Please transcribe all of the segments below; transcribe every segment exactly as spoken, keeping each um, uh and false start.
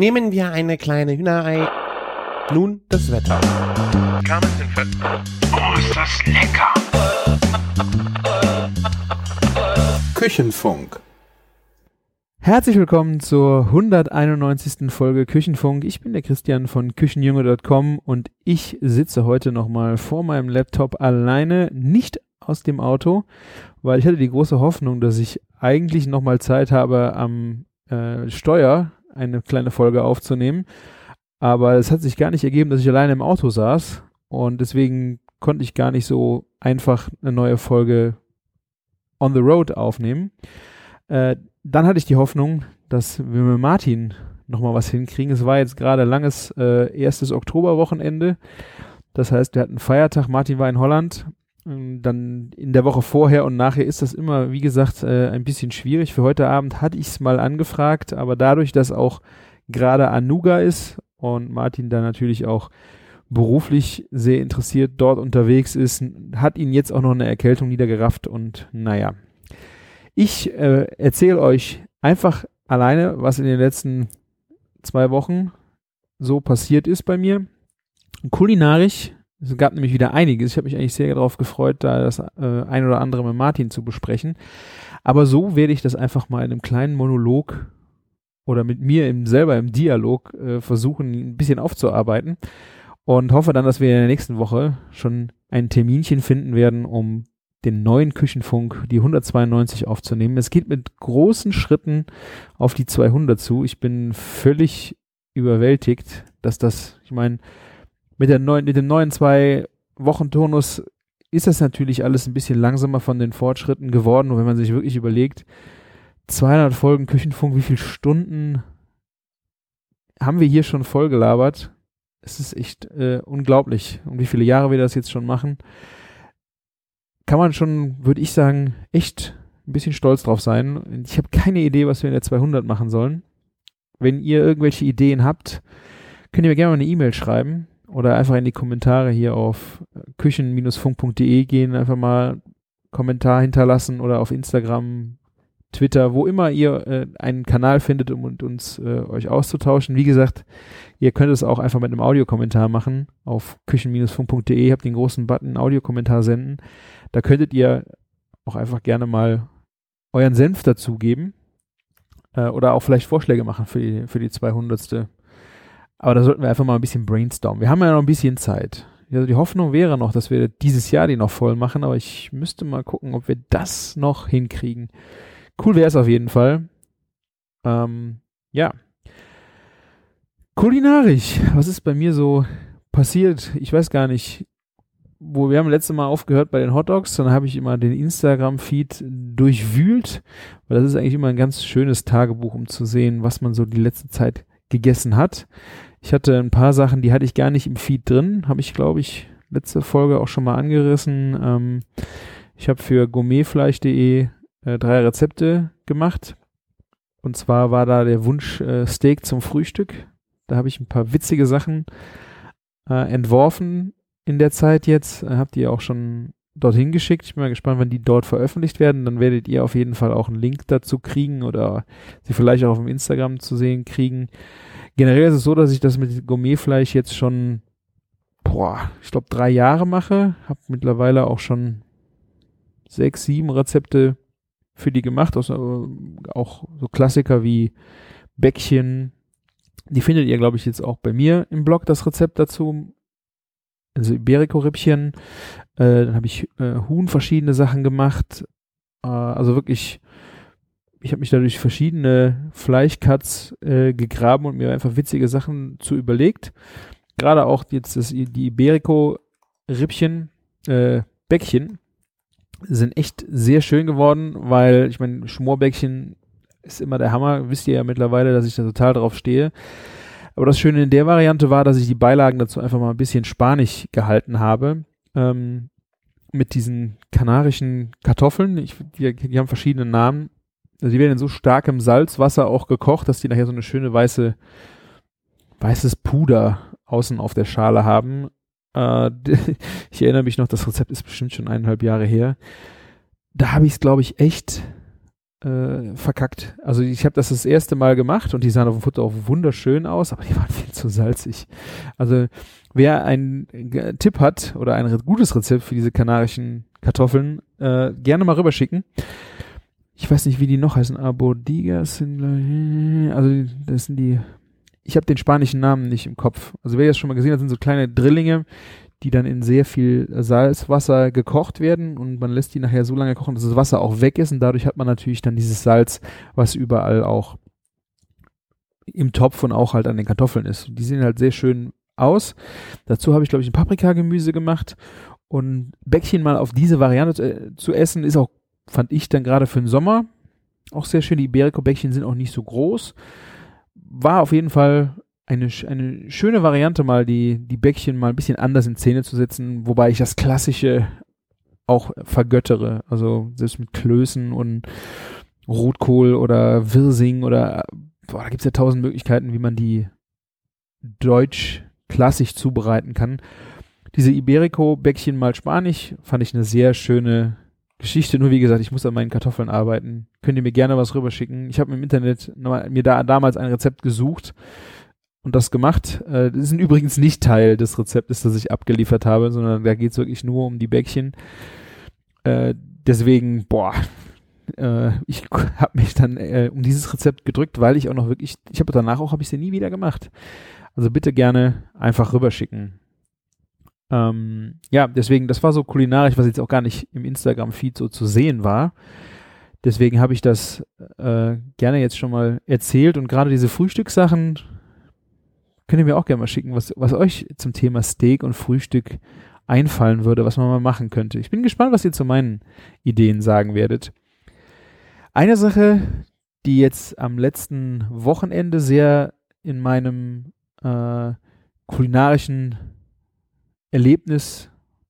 Nehmen wir eine kleine Hühnerei. Nun das Wetter. Oh, ist das lecker! Küchenfunk. Herzlich willkommen zur hunderteinundneunzigsten Folge Küchenfunk. Ich bin der Christian von küchenjunge punkt com und ich sitze heute nochmal vor meinem Laptop alleine, nicht aus dem Auto, weil ich hatte die große Hoffnung, dass ich eigentlich nochmal Zeit habe, am äh, Steuer eine kleine Folge aufzunehmen. Aber es hat sich gar nicht ergeben, dass ich alleine im Auto saß und deswegen konnte ich gar nicht so einfach eine neue Folge on the road aufnehmen. Äh, dann hatte ich die Hoffnung, dass wir mit Martin nochmal was hinkriegen. Es war jetzt gerade langes äh, erstes Oktoberwochenende. Das heißt, wir hatten Feiertag, Martin war in Holland. Dann in der Woche vorher und nachher ist das immer, wie gesagt, äh, ein bisschen schwierig. Für heute Abend hatte ich es mal angefragt, aber dadurch, dass auch gerade Anuga ist und Martin da natürlich auch beruflich sehr interessiert dort unterwegs ist, hat ihn jetzt auch noch eine Erkältung niedergerafft und naja. Ich äh, erzähle euch einfach alleine, was in den letzten zwei Wochen so passiert ist bei mir. Kulinarisch, es gab nämlich wieder einiges. Ich habe mich eigentlich sehr darauf gefreut, da das äh, ein oder andere mit Martin zu besprechen. Aber so werde ich das einfach mal in einem kleinen Monolog oder mit mir im, selber im Dialog äh, versuchen, ein bisschen aufzuarbeiten. Und hoffe dann, dass wir in der nächsten Woche schon ein Terminchen finden werden, um den neuen Küchenfunk, die hundertzweiundneunzig aufzunehmen. Es geht mit großen Schritten auf die zweihundert zu. Ich bin völlig überwältigt, dass das, ich meine, mit, der neuen, mit dem neuen Zwei-Wochen-Turnus ist das natürlich alles ein bisschen langsamer von den Fortschritten geworden. Und wenn man sich wirklich überlegt, zweihundert Folgen Küchenfunk, wie viele Stunden haben wir hier schon vollgelabert? Es ist echt äh, unglaublich. Und wie viele Jahre wir das jetzt schon machen, kann man schon, würde ich sagen, echt ein bisschen stolz drauf sein. Ich habe keine Idee, was wir in der zweihundert machen sollen. Wenn ihr irgendwelche Ideen habt, könnt ihr mir gerne mal eine E-Mail schreiben oder einfach in die Kommentare hier auf küchen Bindestrich funk punkt de gehen, einfach mal einen Kommentar hinterlassen oder auf Instagram, Twitter, wo immer ihr äh, einen Kanal findet, um und uns äh, euch auszutauschen. Wie gesagt, ihr könnt es auch einfach mit einem Audiokommentar machen auf küchen Bindestrich funk punkt de. Ihr habt den großen Button Audiokommentar senden. Da könntet ihr auch einfach gerne mal euren Senf dazugeben äh, oder auch vielleicht Vorschläge machen für die, für die zweihundertste. Aber da sollten wir einfach mal ein bisschen brainstormen. Wir haben ja noch ein bisschen Zeit. Also die Hoffnung wäre noch, dass wir dieses Jahr die noch voll machen, aber ich müsste mal gucken, ob wir das noch hinkriegen. Cool wäre es auf jeden Fall. Ähm, ja. Kulinarisch. Was ist bei mir so passiert? Ich weiß gar nicht. Wo wir haben letztes Mal aufgehört bei den Hotdogs, dann habe ich immer den Instagram-Feed durchwühlt, weil das ist eigentlich immer ein ganz schönes Tagebuch, um zu sehen, was man so die letzte Zeit gegessen hat. Ich hatte ein paar Sachen, die hatte ich gar nicht im Feed drin, habe ich, glaube ich, letzte Folge auch schon mal angerissen. Ähm, ich habe für gourmetfleisch punkt de äh, drei Rezepte gemacht. Und zwar war da der Wunsch äh, Steak zum Frühstück. Da habe ich ein paar witzige Sachen äh, entworfen in der Zeit jetzt. Äh, habt ihr auch schon dorthin geschickt. Ich bin mal gespannt, wann die dort veröffentlicht werden. Dann werdet ihr auf jeden Fall auch einen Link dazu kriegen oder sie vielleicht auch auf dem Instagram zu sehen kriegen. Generell ist es so, dass ich das mit Gourmetfleisch jetzt schon, boah, ich glaube drei Jahre mache. Habe mittlerweile auch schon sechs, sieben Rezepte für die gemacht. Also auch so Klassiker wie Bäckchen. Die findet ihr, glaube ich, jetzt auch bei mir im Blog, das Rezept dazu. Also Iberico-Rippchen. Äh, dann habe ich äh, Huhn verschiedene Sachen gemacht. Äh, also wirklich, ich habe mich da durch verschiedene Fleischcuts äh, gegraben und mir einfach witzige Sachen zu überlegt. Gerade auch jetzt das, die Iberico-Rippchen, äh, Bäckchen sind echt sehr schön geworden, weil ich meine, Schmorbäckchen ist immer der Hammer. Wisst ihr ja mittlerweile, dass ich da total drauf stehe. Aber das Schöne in der Variante war, dass ich die Beilagen dazu einfach mal ein bisschen spanisch gehalten habe. Ähm, mit diesen kanarischen Kartoffeln. Ich, die, die haben verschiedene Namen. Also die werden in so starkem Salzwasser auch gekocht, dass die nachher so eine schöne weiße, weißes Puder außen auf der Schale haben. Äh, ich erinnere mich noch, das Rezept ist bestimmt schon eineinhalb Jahre her. Da habe ich es, glaube ich, echt äh, verkackt. Also ich habe das das erste Mal gemacht und die sahen auf dem Foto auch wunderschön aus, aber die waren viel zu salzig. Also wer einen äh, Tipp hat oder ein re- gutes Rezept für diese kanarischen Kartoffeln, äh, gerne mal rüberschicken. Ich weiß nicht, wie die noch heißen. Abodigas sind, also das sind die, ich habe den spanischen Namen nicht im Kopf. Also wer das schon mal gesehen hat, sind so kleine Drillinge, die dann in sehr viel Salzwasser gekocht werden und man lässt die nachher so lange kochen, dass das Wasser auch weg ist und dadurch hat man natürlich dann dieses Salz, was überall auch im Topf und auch halt an den Kartoffeln ist. Die sehen halt sehr schön aus. Dazu habe ich, glaube ich, ein Paprikagemüse gemacht und Bäckchen mal auf diese Variante äh, zu essen, ist auch, fand ich dann gerade für den Sommer auch sehr schön. Die Iberico-Bäckchen sind auch nicht so groß. War auf jeden Fall eine, eine schöne Variante, mal die, die Bäckchen mal ein bisschen anders in Szene zu setzen, wobei ich das Klassische auch vergöttere. Also selbst mit Klößen und Rotkohl oder Wirsing oder boah, da gibt es ja tausend Möglichkeiten, wie man die deutsch klassisch zubereiten kann. Diese Iberico-Bäckchen mal spanisch fand ich eine sehr schöne Geschichte. Nur wie gesagt, ich muss an meinen Kartoffeln arbeiten. Könnt ihr mir gerne was rüberschicken. Ich habe im Internet mir da damals ein Rezept gesucht und das gemacht. Äh, das ist übrigens nicht Teil des Rezeptes, das ich abgeliefert habe, sondern da geht es wirklich nur um die Bäckchen. Äh, deswegen, boah, äh, ich habe mich dann äh, um dieses Rezept gedrückt, weil ich auch noch wirklich, ich habe danach auch, habe ich sie nie wieder gemacht. Also bitte gerne einfach rüberschicken. Ähm, ja, deswegen, das war so kulinarisch, was jetzt auch gar nicht im Instagram-Feed so zu sehen war. Deswegen habe ich das äh, gerne jetzt schon mal erzählt und gerade diese Frühstückssachen könnt ihr mir auch gerne mal schicken, was, was euch zum Thema Steak und Frühstück einfallen würde, was man mal machen könnte. Ich bin gespannt, was ihr zu meinen Ideen sagen werdet. Eine Sache, die jetzt am letzten Wochenende sehr in meinem äh, kulinarischen Erlebnis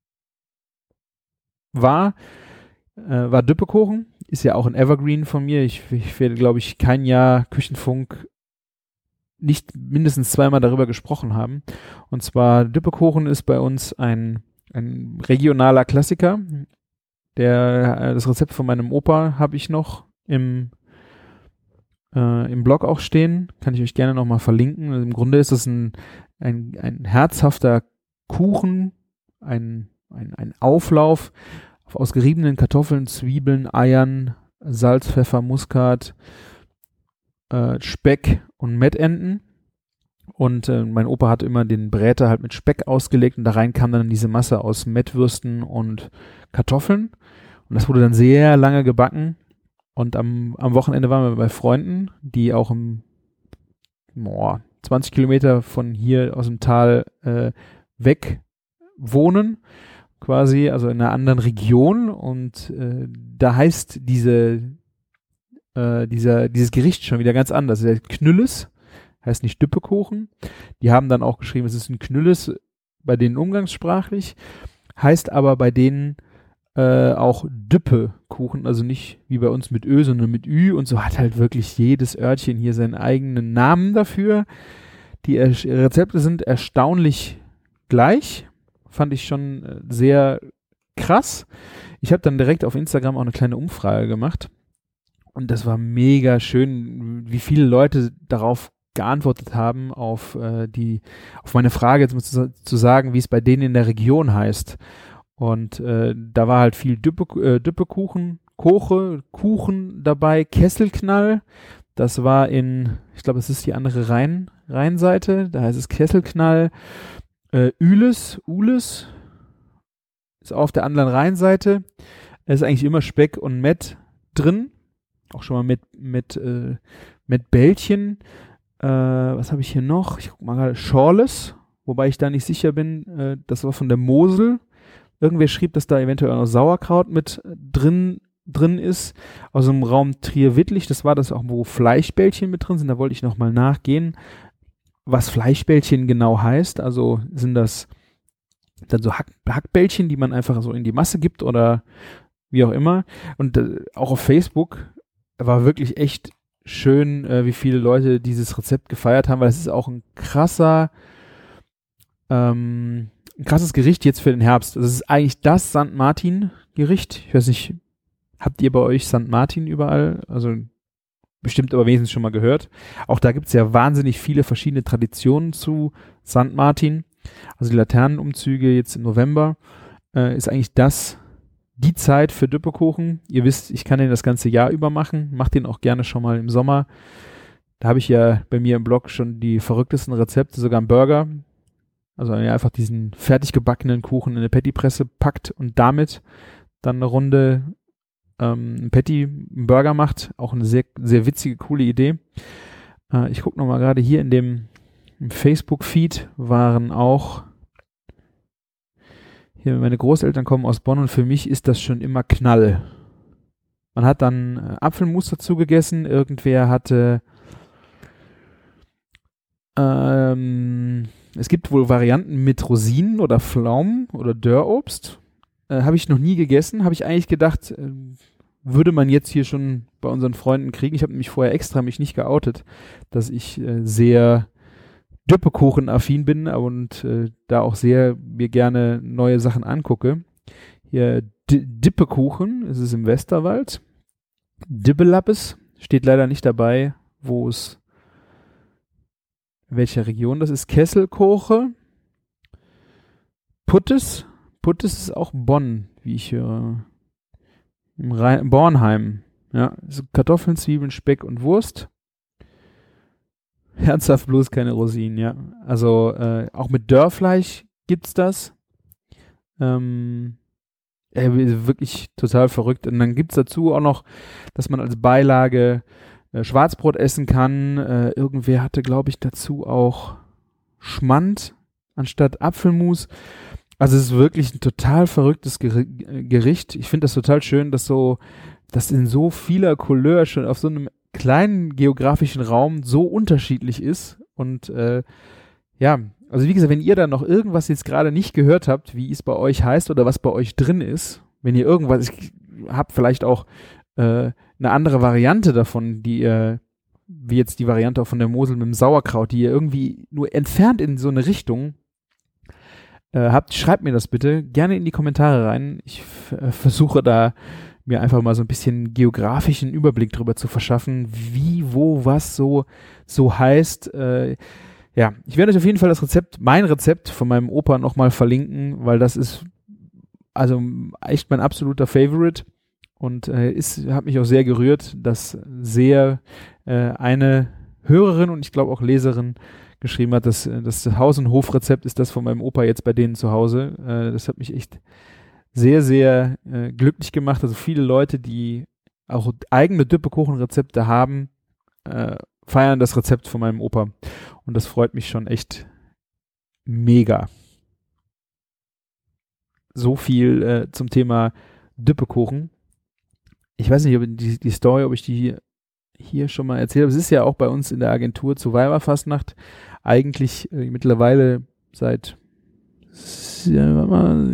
war, äh, war Düppekuchen. Ist ja auch ein Evergreen von mir. Ich, ich werde, glaube ich, kein Jahr Küchenfunk nicht mindestens zweimal darüber gesprochen haben. Und zwar Düppekuchen ist bei uns ein, ein regionaler Klassiker. Der, das Rezept von meinem Opa habe ich noch im, äh, im Blog auch stehen. Kann ich euch gerne nochmal verlinken. Also im Grunde ist es ein, ein, ein herzhafter Kuchen, ein, ein, ein Auflauf aus geriebenen Kartoffeln, Zwiebeln, Eiern, Salz, Pfeffer, Muskat, äh, Speck und Mettenten. Und äh, mein Opa hat immer den Bräter halt mit Speck ausgelegt und da rein kam dann diese Masse aus Mettwürsten und Kartoffeln. Und das wurde dann sehr lange gebacken. Und am, am Wochenende waren wir bei Freunden, die auch im boah, zwanzig Kilometer von hier aus dem Tal äh, weg wohnen, quasi, also in einer anderen Region. Und äh, da heißt diese äh, dieser, dieses Gericht schon wieder ganz anders. Der Knülles heißt nicht Düppekuchen. Die haben dann auch geschrieben, es ist ein Knülles bei denen umgangssprachlich, heißt aber bei denen äh, auch Düppekuchen, also nicht wie bei uns mit Ö, sondern mit Ü, und so hat halt wirklich jedes Örtchen hier seinen eigenen Namen dafür. Die er- Rezepte sind erstaunlich gleich, fand ich schon äh, sehr krass. Ich habe dann direkt auf Instagram auch eine kleine Umfrage gemacht und das war mega schön, wie viele Leute darauf geantwortet haben, auf äh, die, auf meine Frage jetzt zu, zu sagen, wie es bei denen in der Region heißt. Und äh, da war halt viel Düppe, äh, Düppekuchen, Koche, Kuchen dabei, Kesselknall. Das war in, ich glaube, es ist die andere Rhein, Rheinseite, da heißt es Kesselknall. Äh, Üles, Ules ist auf der anderen Rheinseite. Es ist eigentlich immer Speck und Mett drin. Auch schon mal mit, mit, äh, mit Bällchen. Äh, was habe ich hier noch? Ich guck mal gerade. Schorles, wobei ich da nicht sicher bin. Äh, das war von der Mosel. Irgendwer schrieb, dass da eventuell auch noch Sauerkraut mit drin, drin ist. Aus dem Raum Trier-Wittlich. Das war das auch, wo Fleischbällchen mit drin sind. Da wollte ich nochmal nachgehen, was Fleischbällchen genau heißt. Also sind das dann so Hack, Hackbällchen, die man einfach so in die Masse gibt oder wie auch immer. Und äh, auch auf Facebook war wirklich echt schön, äh, wie viele Leute dieses Rezept gefeiert haben, weil es ist auch ein krasser, ähm, ein krasses Gericht jetzt für den Herbst. Das ist eigentlich das Sankt Martin-Gericht. Ich weiß nicht, habt ihr bei euch Sankt Martin überall? Also bestimmt aber wenigstens schon mal gehört. Auch da gibt es ja wahnsinnig viele verschiedene Traditionen zu Sankt Martin. Also die Laternenumzüge jetzt im November äh, ist eigentlich das, die Zeit für Düppekuchen. Ihr wisst, ich kann den das ganze Jahr über machen. Macht den auch gerne schon mal im Sommer. Da habe ich ja bei mir im Blog schon die verrücktesten Rezepte, sogar einen Burger. Also wenn ihr einfach diesen fertig gebackenen Kuchen in eine Pattypresse packt und damit dann eine Runde ähm, ein Patty, einen Burger macht. Auch eine sehr, sehr witzige, coole Idee. Äh, ich gucke nochmal gerade hier in dem im Facebook-Feed waren auch hier, meine Großeltern kommen aus Bonn und für mich ist das schon immer Knall. Man hat dann äh, Apfelmus dazu gegessen. Irgendwer hatte ähm, es gibt wohl Varianten mit Rosinen oder Pflaumen oder Dörrobst. Äh, habe ich noch nie gegessen. Habe ich eigentlich gedacht, äh, würde man jetzt hier schon bei unseren Freunden kriegen. Ich habe nämlich vorher extra mich nicht geoutet, dass ich äh, sehr Düppekuchen-affin bin und äh, da auch sehr mir gerne neue Sachen angucke. Hier D- Dippekuchen, es ist im Westerwald. Dibbelappes steht leider nicht dabei, wo es in welcher Region das ist. Kesselkoche. Puttes. Puttes ist auch Bonn, wie ich höre. Im Rhein- Bornheim. Ja, also Kartoffeln, Zwiebeln, Speck und Wurst. Ernsthaft bloß keine Rosinen, ja. Also äh, auch mit Dörrfleisch gibt's das. Ähm, äh, wirklich total verrückt. Und dann gibt's dazu auch noch, dass man als Beilage äh, Schwarzbrot essen kann. Äh, irgendwer hatte, glaube ich, dazu auch Schmand anstatt Apfelmus. Also es ist wirklich ein total verrücktes Ger- Gericht. Ich finde das total schön, dass so, dass in so vieler Couleur schon auf so einem kleinen geografischen Raum so unterschiedlich ist und äh, ja, also wie gesagt, wenn ihr da noch irgendwas jetzt gerade nicht gehört habt, wie es bei euch heißt oder was bei euch drin ist, wenn ihr irgendwas, ich habt vielleicht auch äh, eine andere Variante davon, die ihr, wie jetzt die Variante auch von der Mosel mit dem Sauerkraut, die ihr irgendwie nur entfernt in so eine Richtung äh, habt, schreibt mir das bitte gerne in die Kommentare rein. Ich f- äh, versuche da mir einfach mal so ein bisschen geografischen Überblick drüber zu verschaffen, wie, wo, was so, so heißt. Äh, ja, ich werde euch auf jeden Fall das Rezept, mein Rezept von meinem Opa nochmal verlinken, weil das ist also echt mein absoluter Favorite und äh, ist, hat mich auch sehr gerührt, dass sehr äh, eine Hörerin und ich glaube auch Leserin geschrieben hat, dass das Haus- und Hofrezept ist das von meinem Opa jetzt bei denen zu Hause. Äh, das hat mich echt sehr, sehr äh, glücklich gemacht. Also viele Leute, die auch eigene Düppekuchenrezepte haben, äh, feiern das Rezept von meinem Opa. Und das freut mich schon echt mega. So viel äh, zum Thema Düppekuchen. Ich weiß nicht, ob die, die Story, ob ich die hier schon mal erzählt habe. Es ist ja auch bei uns in der Agentur zu Weiberfastnacht eigentlich äh, mittlerweile seit ja,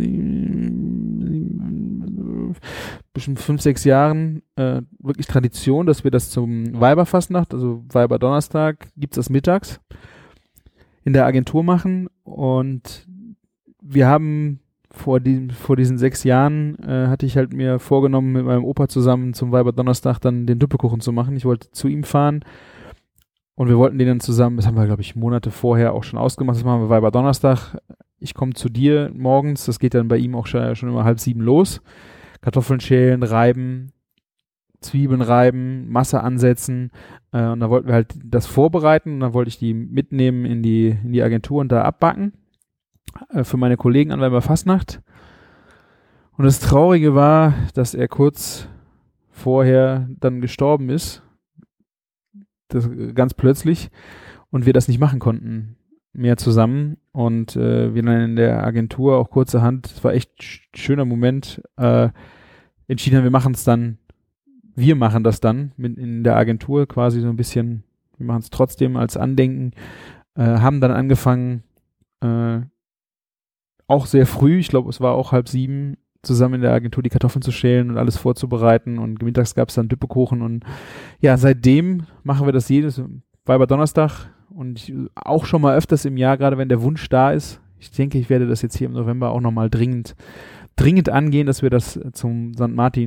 bestimmt fünf, sechs Jahren äh, wirklich Tradition, dass wir das zum Weiberfastnacht, also Weiberdonnerstag, gibt es das mittags in der Agentur machen und wir haben vor, die, vor diesen sechs Jahren äh, hatte ich halt mir vorgenommen, mit meinem Opa zusammen zum Weiberdonnerstag dann den Düppekuchen zu machen. Ich wollte zu ihm fahren und wir wollten den dann zusammen, das haben wir glaube ich Monate vorher auch schon ausgemacht, das machen wir Weiberdonnerstag. Ich komme zu dir morgens, das geht dann bei ihm auch schon, schon immer halb sieben los. Kartoffeln schälen, reiben, Zwiebeln reiben, Masse ansetzen äh, und dann wollten wir halt das vorbereiten und dann wollte ich die mitnehmen in die, in die Agentur und da abbacken äh, für meine Kollegen an Weiberfastnacht. Und das Traurige war, dass er kurz vorher dann gestorben ist, das, ganz plötzlich, und wir das nicht machen konnten mehr zusammen und äh, wir dann in der Agentur auch kurzerhand, es war echt sch- schöner Moment, äh, entschieden haben, wir machen es dann, wir machen das dann mit in der Agentur quasi so ein bisschen, wir machen es trotzdem als Andenken, äh, haben dann angefangen, äh, auch sehr früh, ich glaube es war auch halb sieben, zusammen in der Agentur die Kartoffeln zu schälen und alles vorzubereiten und mittags gab es dann Düppekuchen und ja, seitdem machen wir das jedes Weiberdonnerstag und ich, auch schon mal öfters im Jahr, gerade wenn der Wunsch da ist. Ich denke, ich werde das jetzt hier im November auch nochmal dringend, dringend angehen, dass wir das zum Sankt Martin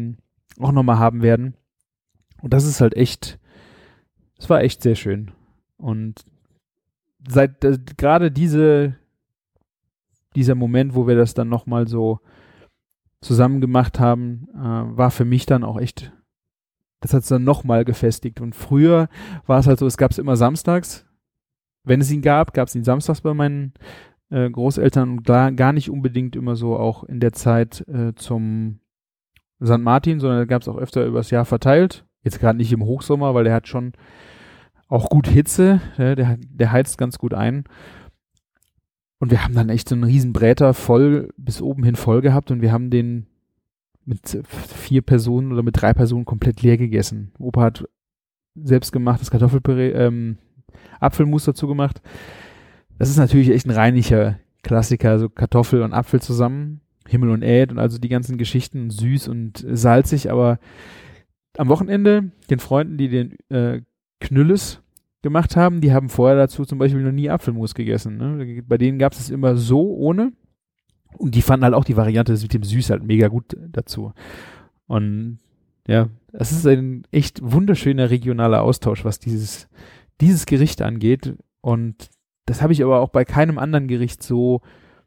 auch nochmal haben werden. Und das ist halt echt, das war echt sehr schön. Und seit äh, gerade diese, dieser Moment, wo wir das dann nochmal so zusammen gemacht haben, äh, war für mich dann auch echt, das hat es dann nochmal gefestigt. Und früher war es halt so, es gab es immer samstags. Wenn es ihn gab, gab es ihn samstags bei meinen äh, Großeltern und gar, gar nicht unbedingt immer so auch in der Zeit äh, zum Sankt Martin, sondern da gab es auch öfter übers Jahr verteilt. Jetzt gerade nicht im Hochsommer, weil der hat schon auch gut Hitze, ja, der, der heizt ganz gut ein. Und wir haben dann echt so einen riesen Bräter voll, bis oben hin voll gehabt und wir haben den mit vier Personen oder mit drei Personen komplett leer gegessen. Opa hat selbstgemachtes Kartoffelpüree, ähm, Apfelmus dazu gemacht. Das ist natürlich echt ein reinlicher Klassiker, so Kartoffel und Apfel zusammen, Himmel und Erd und also die ganzen Geschichten, süß und salzig, aber am Wochenende den Freunden, die den äh, Knülles gemacht haben, die haben vorher dazu zum Beispiel noch nie Apfelmus gegessen. Ne? Bei denen gab es es immer so ohne und die fanden halt auch die Variante mit dem Süß halt mega gut dazu. Und ja, es ist ein echt wunderschöner regionaler Austausch, was dieses, dieses Gericht angeht und das habe ich aber auch bei keinem anderen Gericht so,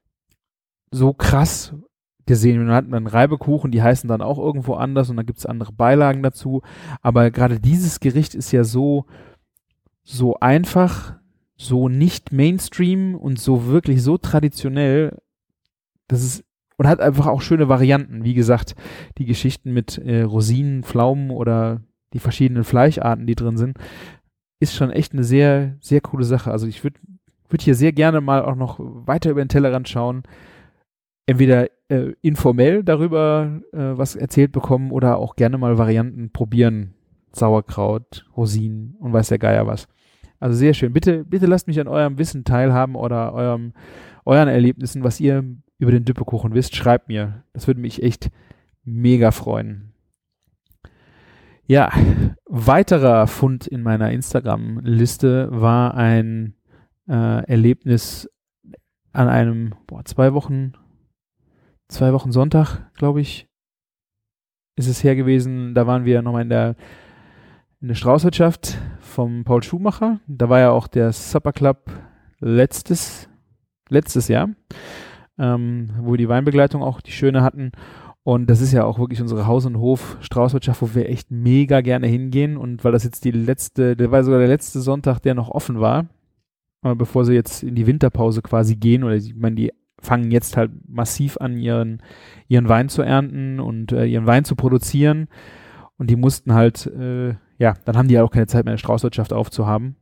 so krass gesehen. Wir hatten dann Reibekuchen, die heißen dann auch irgendwo anders und dann gibt es andere Beilagen dazu. Aber gerade dieses Gericht ist ja so, so einfach, so nicht Mainstream und so wirklich so traditionell, das ist, und hat einfach auch schöne Varianten. Wie gesagt, die Geschichten mit äh, Rosinen, Pflaumen oder die verschiedenen Fleischarten, die drin sind, ist schon echt eine sehr, sehr coole Sache. Also ich würde würd hier sehr gerne mal auch noch weiter über den Tellerrand schauen. Entweder äh, informell darüber äh, was erzählt bekommen oder auch gerne mal Varianten probieren. Sauerkraut, Rosinen und weiß der Geier was. Also sehr schön. Bitte, bitte lasst mich an eurem Wissen teilhaben oder eurem, euren Erlebnissen, was ihr über den Düppekuchen wisst. Schreibt mir. Das würde mich echt mega freuen. Ja, weiterer Fund in meiner Instagram-Liste war ein äh, Erlebnis an einem, boah, zwei Wochen Zwei Wochen Sonntag, glaube ich, ist es her gewesen. Da waren wir nochmal in der, in der Straußwirtschaft vom Paul Schumacher. Da war ja auch der Supper Club letztes, letztes Jahr, ähm, wo wir die Weinbegleitung auch die schöne hatten. Und das ist ja auch wirklich unsere Haus- und Hof-Straußwirtschaft, wo wir echt mega gerne hingehen. Und weil das jetzt die letzte, der war sogar der letzte Sonntag, der noch offen war, äh, bevor sie jetzt in die Winterpause quasi gehen, oder ich meine, die fangen jetzt halt massiv an, ihren, ihren Wein zu ernten und äh, ihren Wein zu produzieren. Und die mussten halt, äh, ja, dann haben die ja auch keine Zeit mehr, eine Straußwirtschaft aufzuhaben.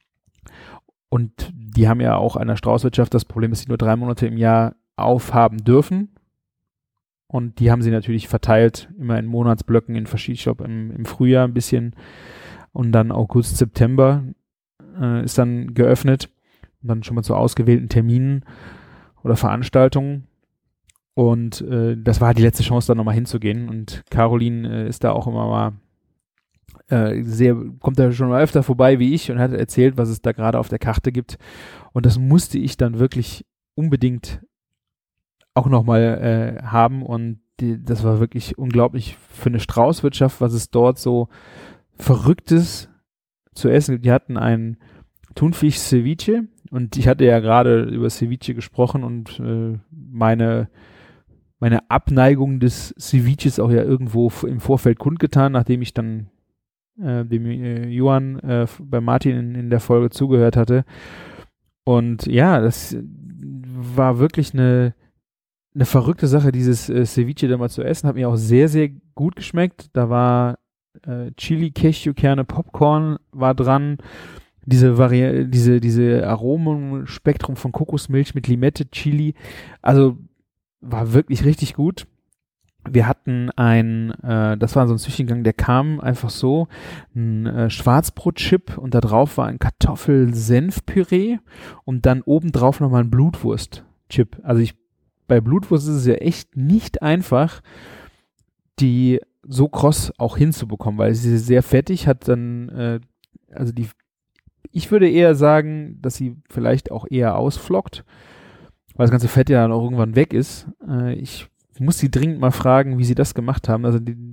Und die haben ja auch an der Straußwirtschaft das Problem, dass sie nur drei Monate im Jahr aufhaben dürfen. Und die haben sie natürlich verteilt, immer in Monatsblöcken, in verschiedenen, ich glaube im, im Frühjahr ein bisschen und dann August, September äh, ist dann geöffnet. Und dann schon mal zu ausgewählten Terminen oder Veranstaltungen und äh, das war die letzte Chance, da nochmal hinzugehen und Caroline äh, ist da auch immer mal äh, sehr, kommt da schon mal öfter vorbei wie ich und hat erzählt, was es da gerade auf der Karte gibt und das musste ich dann wirklich unbedingt auch nochmal äh, haben und die, das war wirklich unglaublich für eine Straußwirtschaft, was es dort so Verrücktes zu essen gibt. Die hatten ein Thunfisch-Ceviche. Und ich hatte ja gerade über Ceviche gesprochen und äh, meine, meine Abneigung des Ceviches auch ja irgendwo f- im Vorfeld kundgetan, nachdem ich dann äh, dem äh, Johann äh, bei Martin in, in der Folge zugehört hatte. Und ja, das war wirklich eine, eine verrückte Sache, dieses äh, Ceviche da mal zu essen. Hat mir auch sehr, sehr gut geschmeckt. Da war äh, Chili, Cashewkerne, Popcorn war dran. Diese Vari- diese, diese Aromenspektrum von Kokosmilch mit Limette, Chili, also war wirklich richtig gut. Wir hatten ein, äh, das war so ein Zwischengang, der kam einfach so, ein äh, Schwarzbrotchip und da drauf war ein Kartoffel-Senf-Püree und dann obendrauf nochmal ein Blutwurst-Chip. Also ich, bei Blutwurst ist es ja echt nicht einfach, die so kross auch hinzubekommen, weil sie sehr fettig hat dann, äh, also die Ich würde eher sagen, dass sie vielleicht auch eher ausflockt, weil das ganze Fett ja dann auch irgendwann weg ist. Äh, ich muss sie dringend mal fragen, wie sie das gemacht haben. Also die,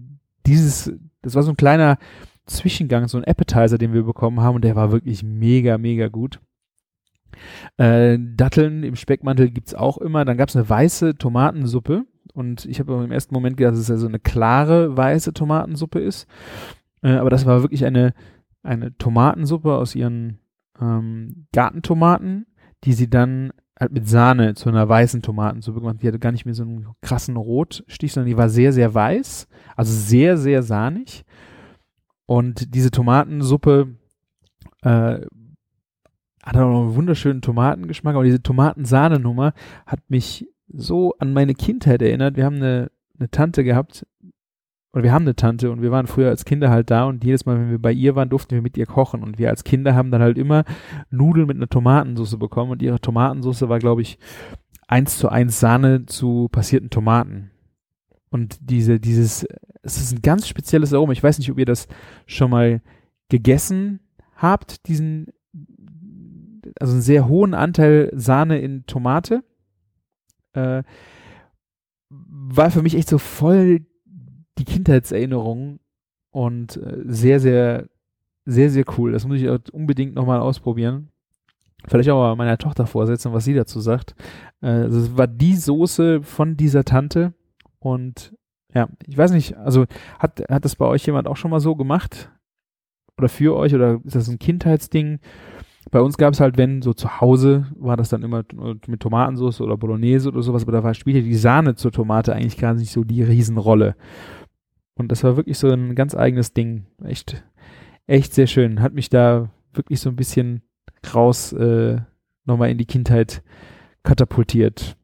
dieses, das war so ein kleiner Zwischengang, so ein Appetizer, den wir bekommen haben und der war wirklich mega, mega gut. Äh, Datteln im Speckmantel gibt's auch immer. Dann gab's eine weiße Tomatensuppe und ich habe im ersten Moment gedacht, dass es ja so eine klare weiße Tomatensuppe ist. Äh, aber das war wirklich eine, eine Tomatensuppe aus ihren ähm, Gartentomaten, die sie dann halt mit Sahne zu einer weißen Tomatensuppe gemacht. Die hatte gar nicht mehr so einen krassen Rotstich, sondern die war sehr, sehr weiß, also sehr, sehr sahnig. Und diese Tomatensuppe äh, hat auch noch einen wunderschönen Tomatengeschmack, aber diese Tomatensahne-Nummer hat mich so an meine Kindheit erinnert. Wir haben eine, eine Tante gehabt, oder wir haben eine Tante und wir waren früher als Kinder halt da und jedes Mal, wenn wir bei ihr waren, durften wir mit ihr kochen und wir als Kinder haben dann halt immer Nudeln mit einer Tomatensauce bekommen und ihre Tomatensauce war, glaube ich, eins zu eins Sahne zu passierten Tomaten. Und diese, dieses, es ist ein ganz spezielles Aroma. Ich weiß nicht, ob ihr das schon mal gegessen habt, diesen, also einen sehr hohen Anteil Sahne in Tomate. Äh, war für mich echt so voll die Kindheitserinnerung und äh, sehr, sehr, sehr, sehr cool. Das muss ich auch unbedingt nochmal ausprobieren. Vielleicht auch mal meiner Tochter vorsetzen, was sie dazu sagt. Äh, also es war die Soße von dieser Tante und ja, ich weiß nicht, also hat, hat das bei euch jemand auch schon mal so gemacht? Oder für euch? Oder ist das ein Kindheitsding? Bei uns gab es halt, wenn so zu Hause war das dann immer mit Tomatensauce oder Bolognese oder sowas, aber da war, spielte die Sahne zur Tomate eigentlich gar nicht so die Riesenrolle. Und das war wirklich so ein ganz eigenes Ding. Echt, echt sehr schön. Hat mich da wirklich so ein bisschen raus äh, nochmal in die Kindheit katapultiert.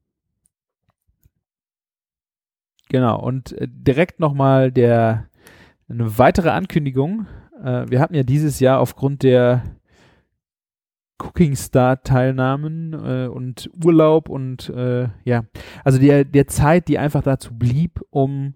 Genau, und äh, direkt nochmal der eine weitere Ankündigung. Äh, wir hatten ja dieses Jahr aufgrund der Cooking Star Teilnahmen äh, und Urlaub und äh, ja, also der, der Zeit, die einfach dazu blieb, um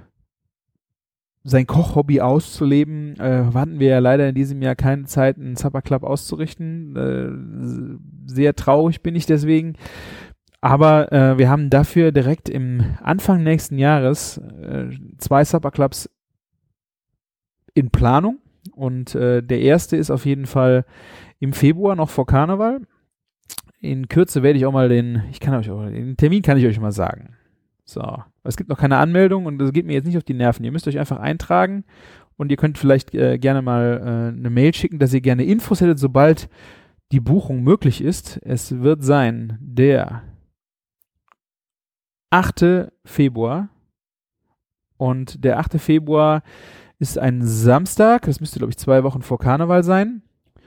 sein Kochhobby auszuleben, äh, hatten wir ja leider in diesem Jahr keine Zeit, einen Supper Club auszurichten. Äh, sehr traurig bin ich deswegen. Aber äh, wir haben dafür direkt im Anfang nächsten Jahres äh, zwei Supper Clubs in Planung. Und äh, der erste ist auf jeden Fall im Februar, noch vor Karneval. In Kürze werde ich auch mal den, ich kann euch auch, den Termin kann ich euch mal sagen. So, es gibt noch keine Anmeldung und das geht mir jetzt nicht auf die Nerven. Ihr müsst euch einfach eintragen und ihr könnt vielleicht äh, gerne mal äh, eine Mail schicken, dass ihr gerne Infos hättet, sobald die Buchung möglich ist. Es wird sein der achte Februar und der achte Februar ist ein Samstag, das müsste, glaube ich, zwei Wochen vor Karneval sein.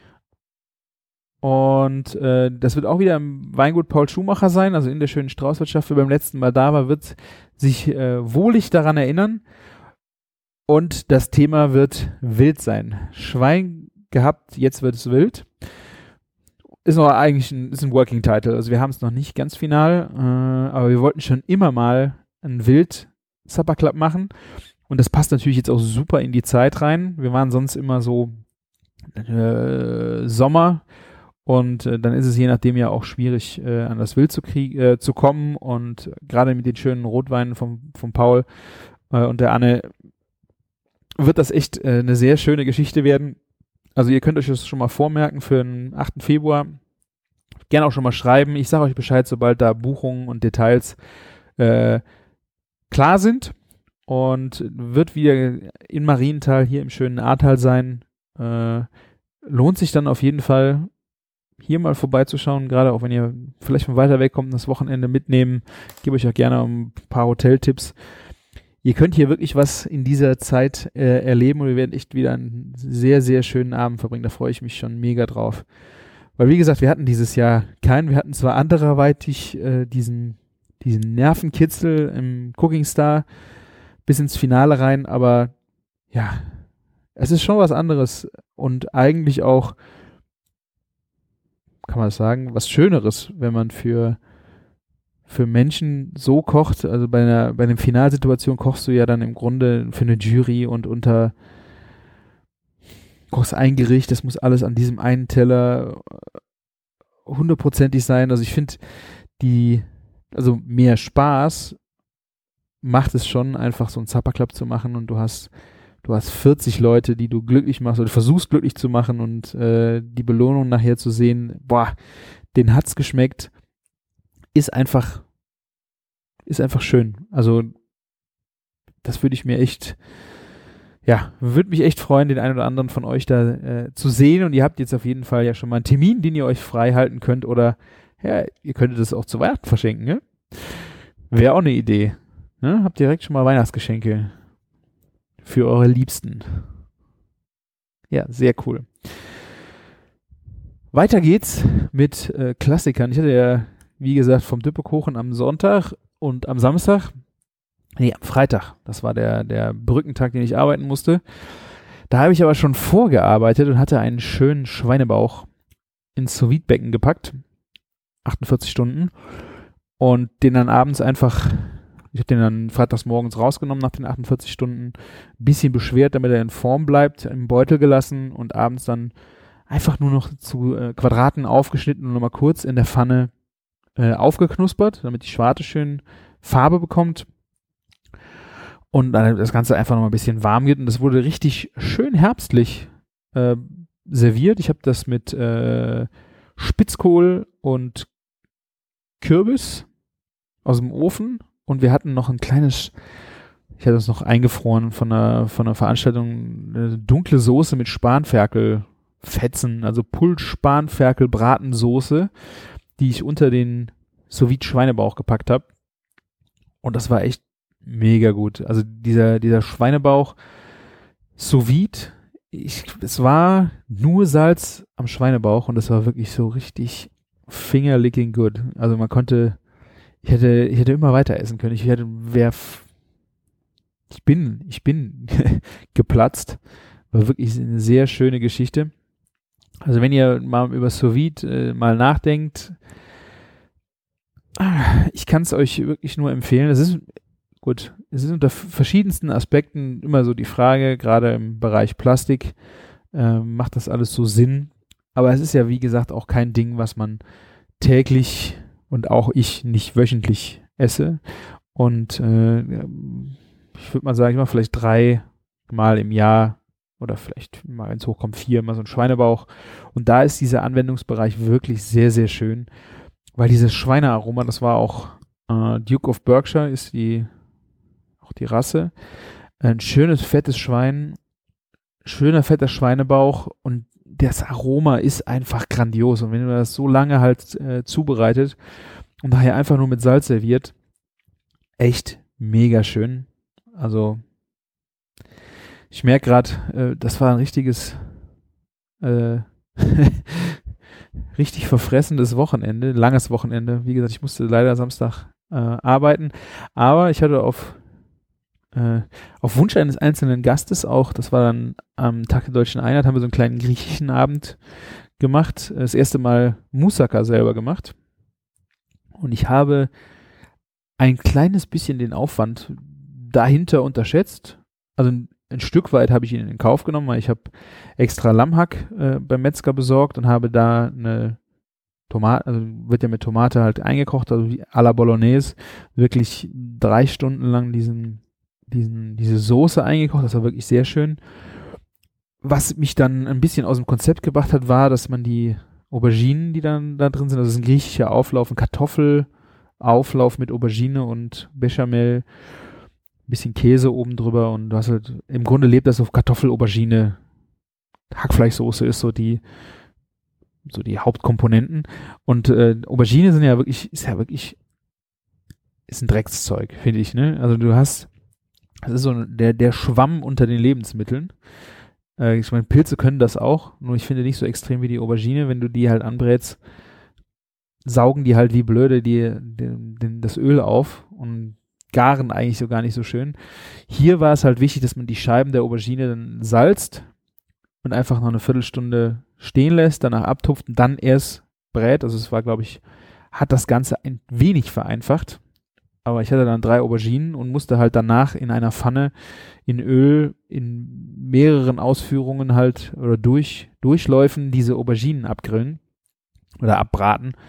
Und äh, das wird auch wieder im Weingut Paul Schumacher sein, also in der schönen Straußwirtschaft, wer beim letzten Mal da war, wird sich äh, wohlig daran erinnern. Und das Thema wird wild sein. Schwein gehabt, jetzt wird es wild. Ist noch eigentlich ein, ist ein Working Title, also wir haben es noch nicht ganz final, äh, aber wir wollten schon immer mal einen Wild Supper Club machen. Und das passt natürlich jetzt auch super in die Zeit rein. Wir waren sonst immer so äh, Sommer. Und äh, dann ist es je nachdem ja auch schwierig, äh, an das Wild zu, krieg- äh, zu kommen. Und äh, gerade mit den schönen Rotweinen vom, vom Paul äh, und der Anne wird das echt äh, eine sehr schöne Geschichte werden. Also ihr könnt euch das schon mal vormerken für den achten Februar. Gerne auch schon mal schreiben. Ich sage euch Bescheid, sobald da Buchungen und Details äh, klar sind. Und wird wieder in Marienthal hier im schönen Ahrtal sein. Äh, lohnt sich dann auf jeden Fall, hier mal vorbeizuschauen, gerade auch wenn ihr vielleicht von weiter weg kommt, das Wochenende mitnehmen. Ich gebe euch auch gerne ein paar Hoteltipps. Ihr könnt hier wirklich was in dieser Zeit äh, erleben und wir werden echt wieder einen sehr, sehr schönen Abend verbringen. Da freue ich mich schon mega drauf. Weil wie gesagt, wir hatten dieses Jahr keinen. Wir hatten zwar anderweitig äh, diesen, diesen Nervenkitzel im Cooking Star bis ins Finale rein, aber ja, es ist schon was anderes und eigentlich auch, kann man das sagen, was Schöneres, wenn man für, für Menschen so kocht. Also bei einer, bei einer Finalsituation kochst du ja dann im Grunde für eine Jury und unter kochst ein Gericht, das muss alles an diesem einen Teller hundertprozentig sein. Also ich finde die, also mehr Spaß macht es schon, einfach so einen Supper-Club zu machen und du hast, du hast vierzig Leute, die du glücklich machst oder versuchst glücklich zu machen und äh, die Belohnung nachher zu sehen, boah, denen hat's geschmeckt, ist einfach, ist einfach schön. Also das würde ich mir echt, ja, würde mich echt freuen, den einen oder anderen von euch da äh, zu sehen und ihr habt jetzt auf jeden Fall ja schon mal einen Termin, den ihr euch frei halten könnt oder ja, ihr könntet es auch zu Weihnachten verschenken, ne? Wäre auch eine Idee. Ne? Habt direkt schon mal Weihnachtsgeschenke für eure Liebsten. Ja, sehr cool. Weiter geht's mit äh, Klassikern. Ich hatte ja, wie gesagt, vom Düppelkuchen am Sonntag und am Samstag, nee, am Freitag, das war der, der Brückentag, den ich arbeiten musste. Da habe ich aber schon vorgearbeitet und hatte einen schönen Schweinebauch ins Sous-Vide-Becken gepackt. achtundvierzig Stunden. Und den dann abends einfach, ich habe den dann freitags morgens rausgenommen nach den achtundvierzig Stunden, ein bisschen beschwert, damit er in Form bleibt, im Beutel gelassen und abends dann einfach nur noch zu äh, Quadraten aufgeschnitten und nochmal kurz in der Pfanne äh, aufgeknuspert, damit die Schwarte schön Farbe bekommt. Und dann das Ganze einfach nochmal ein bisschen warm geht und das wurde richtig schön herbstlich äh, serviert. Ich habe das mit äh, Spitzkohl und Kürbis aus dem Ofen und wir hatten noch ein kleines, ich hatte das noch eingefroren von einer, von einer Veranstaltung, eine dunkle Soße mit Spanferkelfetzen, also Pulled-Spanferkel-Bratensoße, die ich unter den Sous-Vide-Schweinebauch gepackt habe und das war echt mega gut. Also dieser, dieser Schweinebauch Sous-Vide, ich, es war nur Salz am Schweinebauch und es war wirklich so richtig Finger-licking good. Also man konnte, ich hätte, ich hätte immer weiter essen können. Ich hätte, wer, ich bin, ich bin geplatzt. War wirklich eine sehr schöne Geschichte. Also wenn ihr mal über Sous-Vide äh, mal nachdenkt, ich kann es euch wirklich nur empfehlen. Es ist gut, es ist unter verschiedensten Aspekten immer so die Frage, gerade im Bereich Plastik, äh, macht das alles so Sinn? Aber es ist ja, wie gesagt, auch kein Ding, was man täglich und auch ich nicht wöchentlich esse. Und äh, ich würde mal sagen, ich mache vielleicht drei Mal im Jahr oder vielleicht mal, wenn es hochkommt, vier mal so ein Schweinebauch. Und da ist dieser Anwendungsbereich wirklich sehr, sehr schön, weil dieses Schweinearoma, das war auch äh, Duke of Berkshire, ist die auch die Rasse. Ein schönes, fettes Schwein, schöner, fetter Schweinebauch und das Aroma ist einfach grandios. Und wenn du das so lange halt äh, zubereitet und daher einfach nur mit Salz serviert, echt mega schön. Also ich merke gerade, äh, das war ein richtiges äh, richtig verfressendes Wochenende, langes Wochenende. Wie gesagt, ich musste leider Samstag äh, arbeiten, aber ich hatte auf Äh, auf Wunsch eines einzelnen Gastes auch, das war dann am Tag der Deutschen Einheit, haben wir so einen kleinen griechischen Abend gemacht, das erste Mal Moussaka selber gemacht und ich habe ein kleines bisschen den Aufwand dahinter unterschätzt, also ein, ein Stück weit habe ich ihn in Kauf genommen, weil ich habe extra Lammhack äh, beim Metzger besorgt und habe da eine Tomate, also wird ja mit Tomate halt eingekocht, also wie à la Bolognese, wirklich drei Stunden lang diesen Diesen, diese Soße eingekocht, das war wirklich sehr schön. Was mich dann ein bisschen aus dem Konzept gebracht hat, war, dass man die Auberginen, die dann da drin sind, das ist ein griechischer Auflauf, ein Kartoffelauflauf mit Aubergine und Bechamel, ein bisschen Käse oben drüber und du hast halt, im Grunde lebt das auf Kartoffel-Aubergine, Hackfleischsoße ist so die so die Hauptkomponenten und äh, Aubergine sind ja wirklich, ist ja wirklich, ist ein Dreckszeug, finde ich, ne? Also du hast Das ist so der, der Schwamm unter den Lebensmitteln. Äh, ich meine, Pilze können das auch, nur ich finde nicht so extrem wie die Aubergine. Wenn du die halt anbrätst, saugen die halt wie blöde die, die, die, das Öl auf und garen eigentlich so gar nicht so schön. Hier war es halt wichtig, dass man die Scheiben der Aubergine dann salzt und einfach noch eine Viertelstunde stehen lässt, danach abtupft und dann erst brät. Also es war, glaube ich, hat das Ganze ein wenig vereinfacht. Aber ich hatte dann drei Auberginen und musste halt danach in einer Pfanne in Öl in mehreren Ausführungen halt oder durch Durchläufen diese Auberginen abgrillen oder abbraten.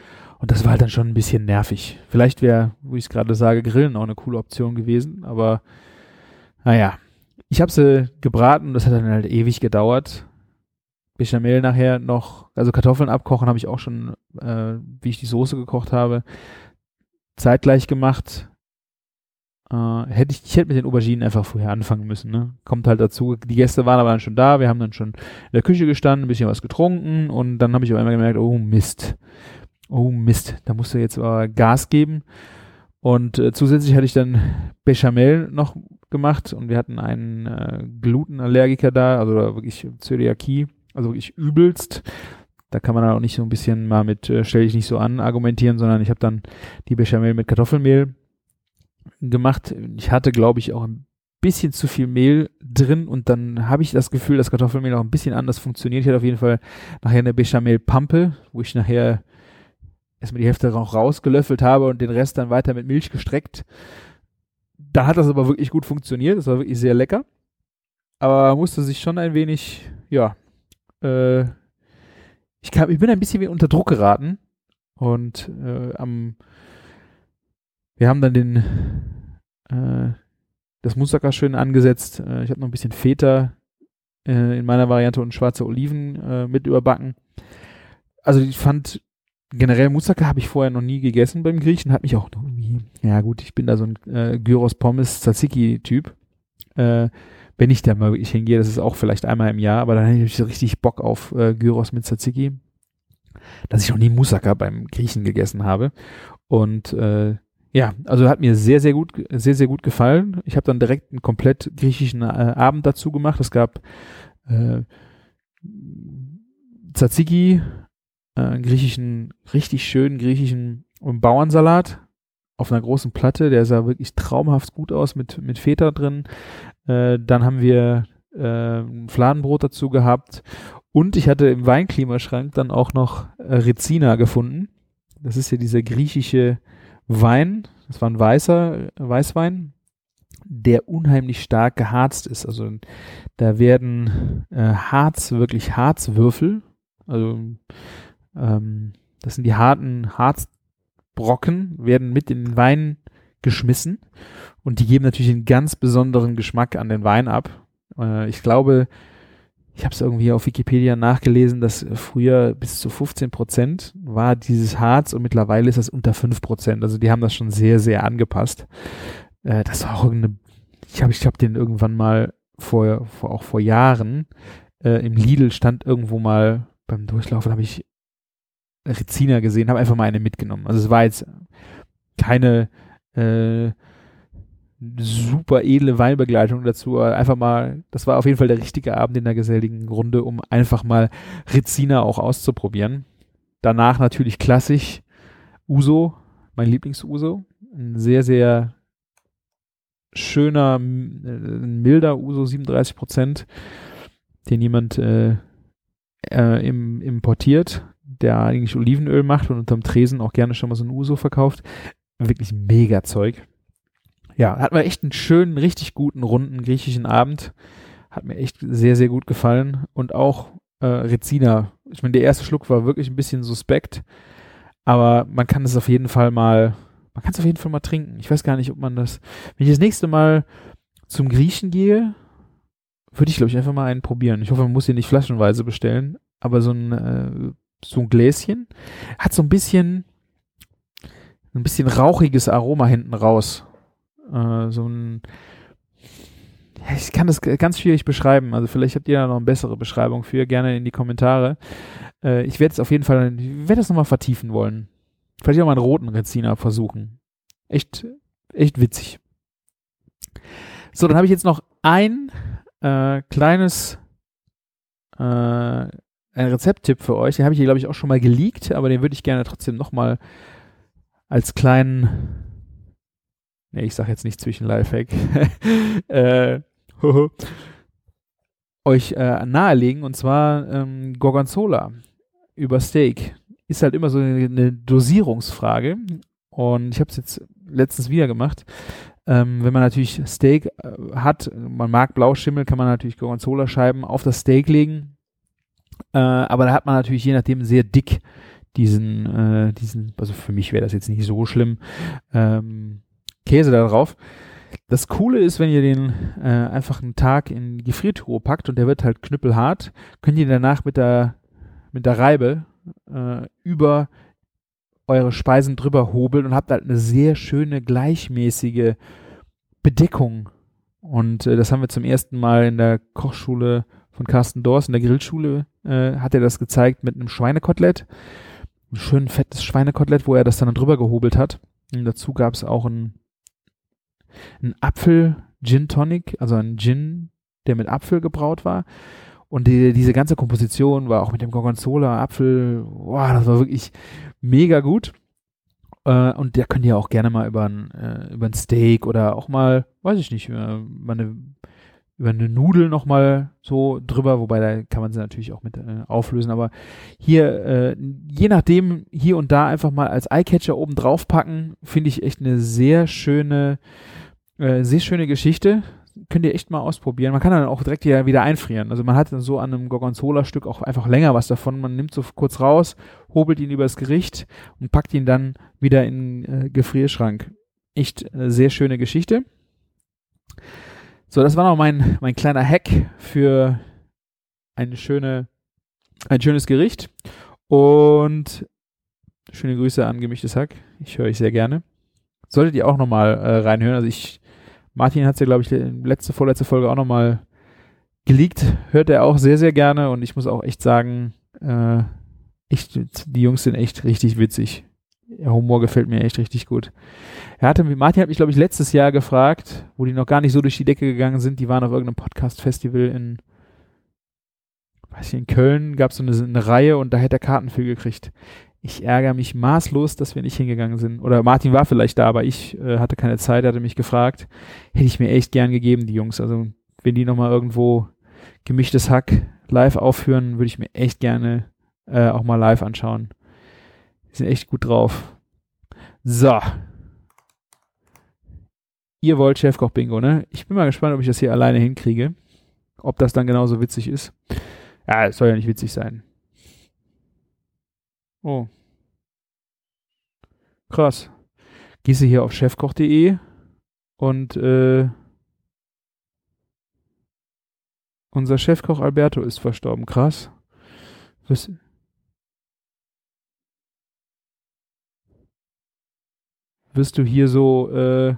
Und das war halt dann schon ein bisschen nervig. Vielleicht wäre, wo ich es gerade sage, Grillen auch eine coole Option gewesen, aber naja. Ich habe sie gebraten, das hat dann halt ewig gedauert. Bechamel nachher noch, also Kartoffeln abkochen habe ich auch schon, äh, wie ich die Soße gekocht habe, zeitgleich gemacht. Äh, hätte ich, ich hätte mit den Auberginen einfach vorher anfangen müssen, ne? Kommt halt dazu, die Gäste waren aber dann schon da, wir haben dann schon in der Küche gestanden, ein bisschen was getrunken und dann habe ich auf einmal gemerkt, oh Mist, oh Mist, da musst du jetzt aber Gas geben. Und äh, zusätzlich hatte ich dann Bechamel noch gemacht und wir hatten einen äh, Glutenallergiker da, also wirklich Zöliakie, also wirklich übelst. Da kann man dann auch nicht so ein bisschen mal mit, äh, stell dich nicht so an, argumentieren, sondern ich habe dann die Bechamel mit Kartoffelmehl gemacht. Ich hatte, glaube ich, auch ein bisschen zu viel Mehl drin und dann habe ich das Gefühl, dass Kartoffelmehl auch ein bisschen anders funktioniert. Ich hatte auf jeden Fall nachher eine Bechamel-Pampe, wo ich nachher erstmal die Hälfte auch rausgelöffelt habe und den Rest dann weiter mit Milch gestreckt. Da hat das aber wirklich gut funktioniert. Das war wirklich sehr lecker. Aber man musste sich schon ein wenig, ja, äh, ich, kam, ich bin ein bisschen unter Druck geraten. Und äh, am, wir haben dann den, äh, das Moussaka schön angesetzt. Äh, ich habe noch ein bisschen Feta äh, in meiner Variante und schwarze Oliven äh, mit überbacken. Also ich fand, generell Moussaka habe ich vorher noch nie gegessen beim Griechen, hat mich auch irgendwie, ja gut, ich bin da so ein äh, Gyros Pommes Tzatziki-Typ. Äh, wenn ich da mal wirklich hingehe, das ist auch vielleicht einmal im Jahr, aber dann habe ich so richtig Bock auf äh, Gyros mit Tzatziki, dass ich noch nie Moussaka beim Griechen gegessen habe. Und äh, ja, also hat mir sehr, sehr gut, sehr, sehr gut gefallen. Ich habe dann direkt einen komplett griechischen äh, Abend dazu gemacht. Es gab äh, Tzatziki, äh, griechischen, richtig schönen griechischen Bauernsalat auf einer großen Platte, der sah wirklich traumhaft gut aus mit, mit Feta drin. Äh, dann haben wir äh, ein Fladenbrot dazu gehabt und ich hatte im Weinklimaschrank dann auch noch äh, Retsina gefunden. Das ist ja dieser griechische Wein, das war ein weißer Weißwein, der unheimlich stark geharzt ist. Also da werden äh, Harz, wirklich Harzwürfel, also ähm, das sind die harten Harzbrocken, werden mit in den Wein geschmissen und die geben natürlich einen ganz besonderen Geschmack an den Wein ab. Äh, ich glaube, ich habe es irgendwie auf Wikipedia nachgelesen, dass früher bis zu fünfzehn Prozent war dieses Harz und mittlerweile ist das unter fünf Prozent. Also die haben das schon sehr, sehr angepasst. Äh, das war auch irgendeine, ich habe ich hab den irgendwann mal vor, vor auch vor Jahren äh, im Lidl stand irgendwo mal beim Durchlaufen, habe ich Retsina gesehen, habe einfach mal eine mitgenommen. Also es war jetzt keine äh, super edle Weinbegleitung dazu, aber einfach mal, das war auf jeden Fall der richtige Abend in der geselligen Runde, um einfach mal Retsina auch auszuprobieren. Danach natürlich klassisch Uso, mein Lieblings-Uso, ein sehr, sehr schöner, ein milder Uso, siebenunddreißig Prozent, den jemand äh, äh, im, importiert, der eigentlich Olivenöl macht und unterm Tresen auch gerne schon mal so ein Uso verkauft. Wirklich mega Zeug. Ja, hat mir echt einen schönen, richtig guten, runden griechischen Abend. Hat mir echt sehr, sehr gut gefallen. Und auch äh, Retsina. Ich meine, der erste Schluck war wirklich ein bisschen suspekt, aber man kann es auf jeden Fall mal, man kann es auf jeden Fall mal trinken. Ich weiß gar nicht, ob man das, wenn ich das nächste Mal zum Griechen gehe, würde ich, glaube ich, einfach mal einen probieren. Ich hoffe, man muss hier nicht flaschenweise bestellen, aber so ein, äh, so ein Gläschen hat so ein bisschen, ein bisschen rauchiges Aroma hinten raus. Uh, so ein, ja, ich kann das ganz schwierig beschreiben, also vielleicht habt ihr da noch eine bessere Beschreibung für, gerne in die Kommentare. Uh, ich werde es auf jeden Fall, ich werde das nochmal vertiefen wollen. Vielleicht auch mal einen roten Retsina versuchen. Echt, echt witzig. So, dann habe ich jetzt noch ein äh, kleines äh, ein Rezepttipp für euch, den habe ich hier, glaube ich, auch schon mal geleakt, aber den würde ich gerne trotzdem nochmal als kleinen Nee, ich sag jetzt nicht zwischen Lifehack, äh, euch äh, nahelegen, und zwar ähm, Gorgonzola über Steak. Ist halt immer so eine, eine Dosierungsfrage und ich habe es jetzt letztens wieder gemacht. Ähm, wenn man natürlich Steak äh, hat, man mag Blauschimmel, kann man natürlich Gorgonzola-Scheiben auf das Steak legen, äh, aber da hat man natürlich je nachdem sehr dick diesen, äh, diesen, also für mich wäre das jetzt nicht so schlimm, ähm, Käse da drauf. Das Coole ist, wenn ihr den äh, einfach einen Tag in Gefriertruhe packt und der wird halt knüppelhart, könnt ihr danach mit der, mit der Reibe äh, über eure Speisen drüber hobeln und habt halt eine sehr schöne, gleichmäßige Bedeckung. Und äh, das haben wir zum ersten Mal in der Kochschule von Carsten Dors, in der Grillschule, äh, hat er das gezeigt mit einem Schweinekotelett. Ein schön fettes Schweinekotelett, wo er das dann drüber gehobelt hat. Und dazu gab es auch ein, ein Apfel-Gin-Tonic, also ein Gin, der mit Apfel gebraut war. Und die, diese ganze Komposition war auch mit dem Gorgonzola, Apfel, wow, das war wirklich mega gut. Äh, und da könnt ihr auch gerne mal über ein, äh, über ein Steak oder auch mal, weiß ich nicht, über, über eine über eine Nudel nochmal so drüber, wobei da kann man sie natürlich auch mit äh, auflösen, aber hier, äh, je nachdem, hier und da einfach mal als Eyecatcher oben drauf packen, finde ich echt eine sehr schöne, äh, sehr schöne Geschichte. Könnt ihr echt mal ausprobieren. Man kann dann auch direkt hier wieder einfrieren. Also man hat dann so an einem Gorgonzola-Stück auch einfach länger was davon. Man nimmt so kurz raus, hobelt ihn übers Gericht und packt ihn dann wieder in den äh, Gefrierschrank. Echt äh, sehr schöne Geschichte. So, das war noch mein, mein kleiner Hack für eine schöne, ein schönes Gericht. Und schöne Grüße an Gemischtes Hack. Ich höre euch sehr gerne. Solltet ihr auch nochmal äh, reinhören. Also ich, Martin hat es ja, glaube ich, letzte, vorletzte Folge auch nochmal geleakt. Hört er auch sehr, sehr gerne. Und ich muss auch echt sagen, äh, echt, die Jungs sind echt richtig witzig. Der Humor gefällt mir echt richtig gut. Er hatte, Martin hat mich, glaube ich, letztes Jahr gefragt, wo die noch gar nicht so durch die Decke gegangen sind. Die waren auf irgendeinem Podcast-Festival in, weiß ich, in Köln, gab es so eine, eine Reihe und da hätte er Karten für gekriegt. Ich ärgere mich maßlos, dass wir nicht hingegangen sind. Oder Martin war vielleicht da, aber ich äh, hatte keine Zeit, er hatte mich gefragt. Hätte ich mir echt gern gegeben, die Jungs. Also wenn die nochmal irgendwo Gemischtes Hack live aufführen, würde ich mir echt gerne äh, auch mal live anschauen. Die sind echt gut drauf. So. Ihr wollt Chefkoch-Bingo, ne? Ich bin mal gespannt, ob ich das hier alleine hinkriege. Ob das dann genauso witzig ist. Ja, es soll ja nicht witzig sein. Oh. Krass. Gehst du hier auf chefkoch punkt de und äh, unser Chefkoch Alberto ist verstorben. Krass. Was? Wirst du hier so äh,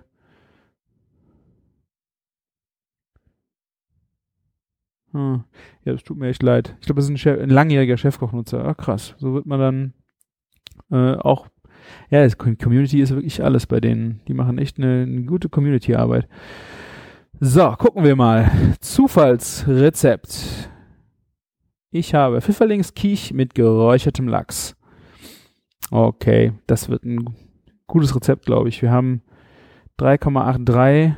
hm. Ja, das tut mir echt leid. Ich glaube, das ist ein, Chef, ein langjähriger Chefkochnutzer. Ah, krass. So wird man dann äh, auch, ja, das Community ist wirklich alles bei denen. Die machen echt eine, eine gute Community-Arbeit. So, gucken wir mal. Zufallsrezept. Ich habe Pfifferlingskiech mit geräuchertem Lachs. Okay, das wird ein gutes Rezept, glaube ich. Wir haben drei Komma dreiundachtzig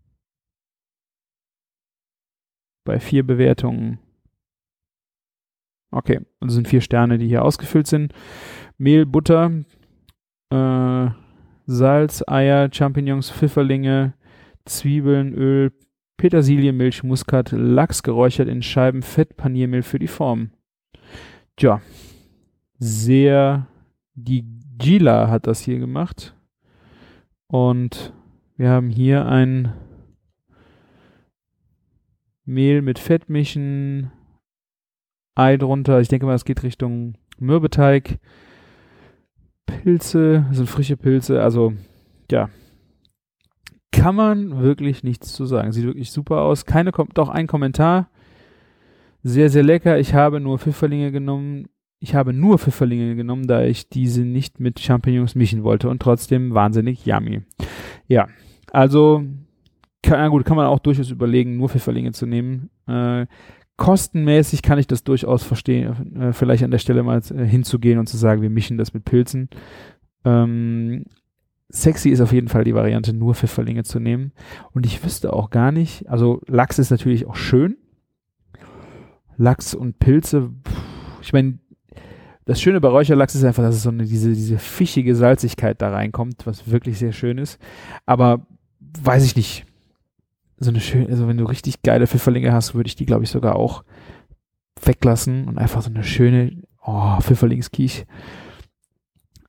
bei vier Bewertungen. Okay, das sind vier Sterne, die hier ausgefüllt sind. Mehl, Butter, äh, Salz, Eier, Champignons, Pfifferlinge, Zwiebeln, Öl, Petersilie, Milch, Muskat, Lachs geräuchert in Scheiben, Fett, Paniermehl für die Form. Tja, sehr, die Gila hat das hier gemacht. Und wir haben hier ein Mehl mit Fett mischen, Ei drunter. Ich denke mal, es geht Richtung Mürbeteig. Pilze, das sind frische Pilze. Also, ja. Kann man wirklich nichts zu sagen. Sieht wirklich super aus. Keine, doch ein Kommentar. Sehr, sehr lecker. Ich habe nur Pfifferlinge genommen. Ich habe nur Pfifferlinge genommen, da ich diese nicht mit Champignons mischen wollte und trotzdem wahnsinnig yummy. Ja, also, kann, na gut, kann man auch durchaus überlegen, nur Pfifferlinge zu nehmen. Äh, kostenmäßig kann ich das durchaus verstehen, äh, vielleicht an der Stelle mal äh, hinzugehen und zu sagen, wir mischen das mit Pilzen. Ähm, sexy ist auf jeden Fall die Variante, nur Pfifferlinge zu nehmen. Und ich wüsste auch gar nicht, also Lachs ist natürlich auch schön. Lachs und Pilze, pff, ich meine, das Schöne bei Räucherlachs ist einfach, dass es so eine, diese, diese fischige Salzigkeit da reinkommt, was wirklich sehr schön ist. Aber weiß ich nicht. So eine schöne, also wenn du richtig geile Pfifferlinge hast, würde ich die, glaube ich, sogar auch weglassen und einfach so eine schöne, oh, Pfifferlingskiech.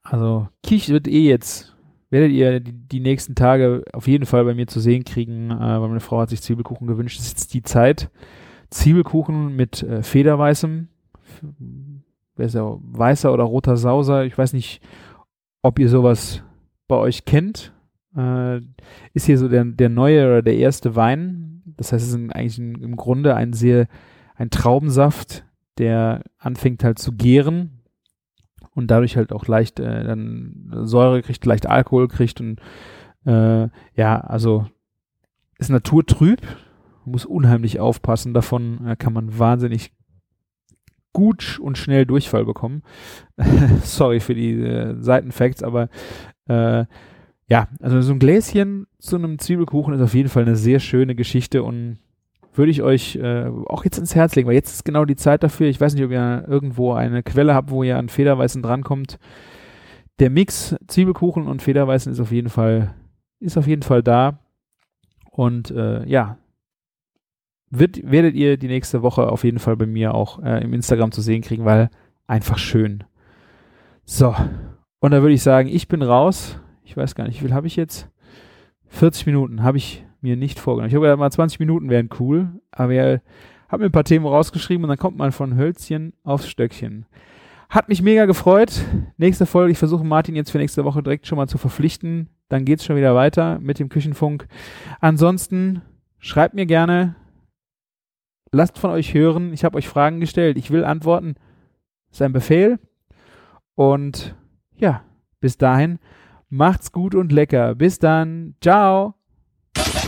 also Quiche wird eh jetzt, werdet ihr die, die nächsten Tage auf jeden Fall bei mir zu sehen kriegen, äh, weil meine Frau hat sich Zwiebelkuchen gewünscht. Es ist jetzt die Zeit. Zwiebelkuchen mit äh, Federweißem, wer ist ja, weißer oder roter Sauser. Ich weiß nicht, ob ihr sowas bei euch kennt. Äh, ist hier so der, der neue oder der erste Wein. Das heißt, es ist ein, eigentlich ein, im Grunde ein sehr, ein Traubensaft, der anfängt halt zu gären und dadurch halt auch leicht äh, dann Säure kriegt, leicht Alkohol kriegt und äh, ja, also ist naturtrüb, muss unheimlich aufpassen, davon äh, kann man wahnsinnig gut und schnell Durchfall bekommen. Sorry für die äh, Seitenfacts, aber äh, ja, also so ein Gläschen zu einem Zwiebelkuchen ist auf jeden Fall eine sehr schöne Geschichte und würde ich euch äh, auch jetzt ins Herz legen, weil jetzt ist genau die Zeit dafür. Ich weiß nicht, ob ihr irgendwo eine Quelle habt, wo ihr an Federweißen drankommt. Der Mix Zwiebelkuchen und Federweißen ist auf jeden Fall, ist auf jeden Fall da. Und äh, ja, wird, werdet ihr die nächste Woche auf jeden Fall bei mir auch äh, im Instagram zu sehen kriegen, weil einfach schön. So, und da würde ich sagen, ich bin raus. Ich weiß gar nicht, wie viel habe ich jetzt? vierzig Minuten habe ich mir nicht vorgenommen. Ich habe gedacht, mal zwanzig Minuten wären cool, aber ich habe mir ein paar Themen rausgeschrieben und dann kommt man von Hölzchen aufs Stöckchen. Hat mich mega gefreut. Nächste Folge, ich versuche Martin jetzt für nächste Woche direkt schon mal zu verpflichten. Dann geht es schon wieder weiter mit dem Küchenfunk. Ansonsten schreibt mir gerne, lasst von euch hören. Ich habe euch Fragen gestellt. Ich will antworten. Das ist ein Befehl. Und ja, bis dahin, macht's gut und lecker. Bis dann. Ciao.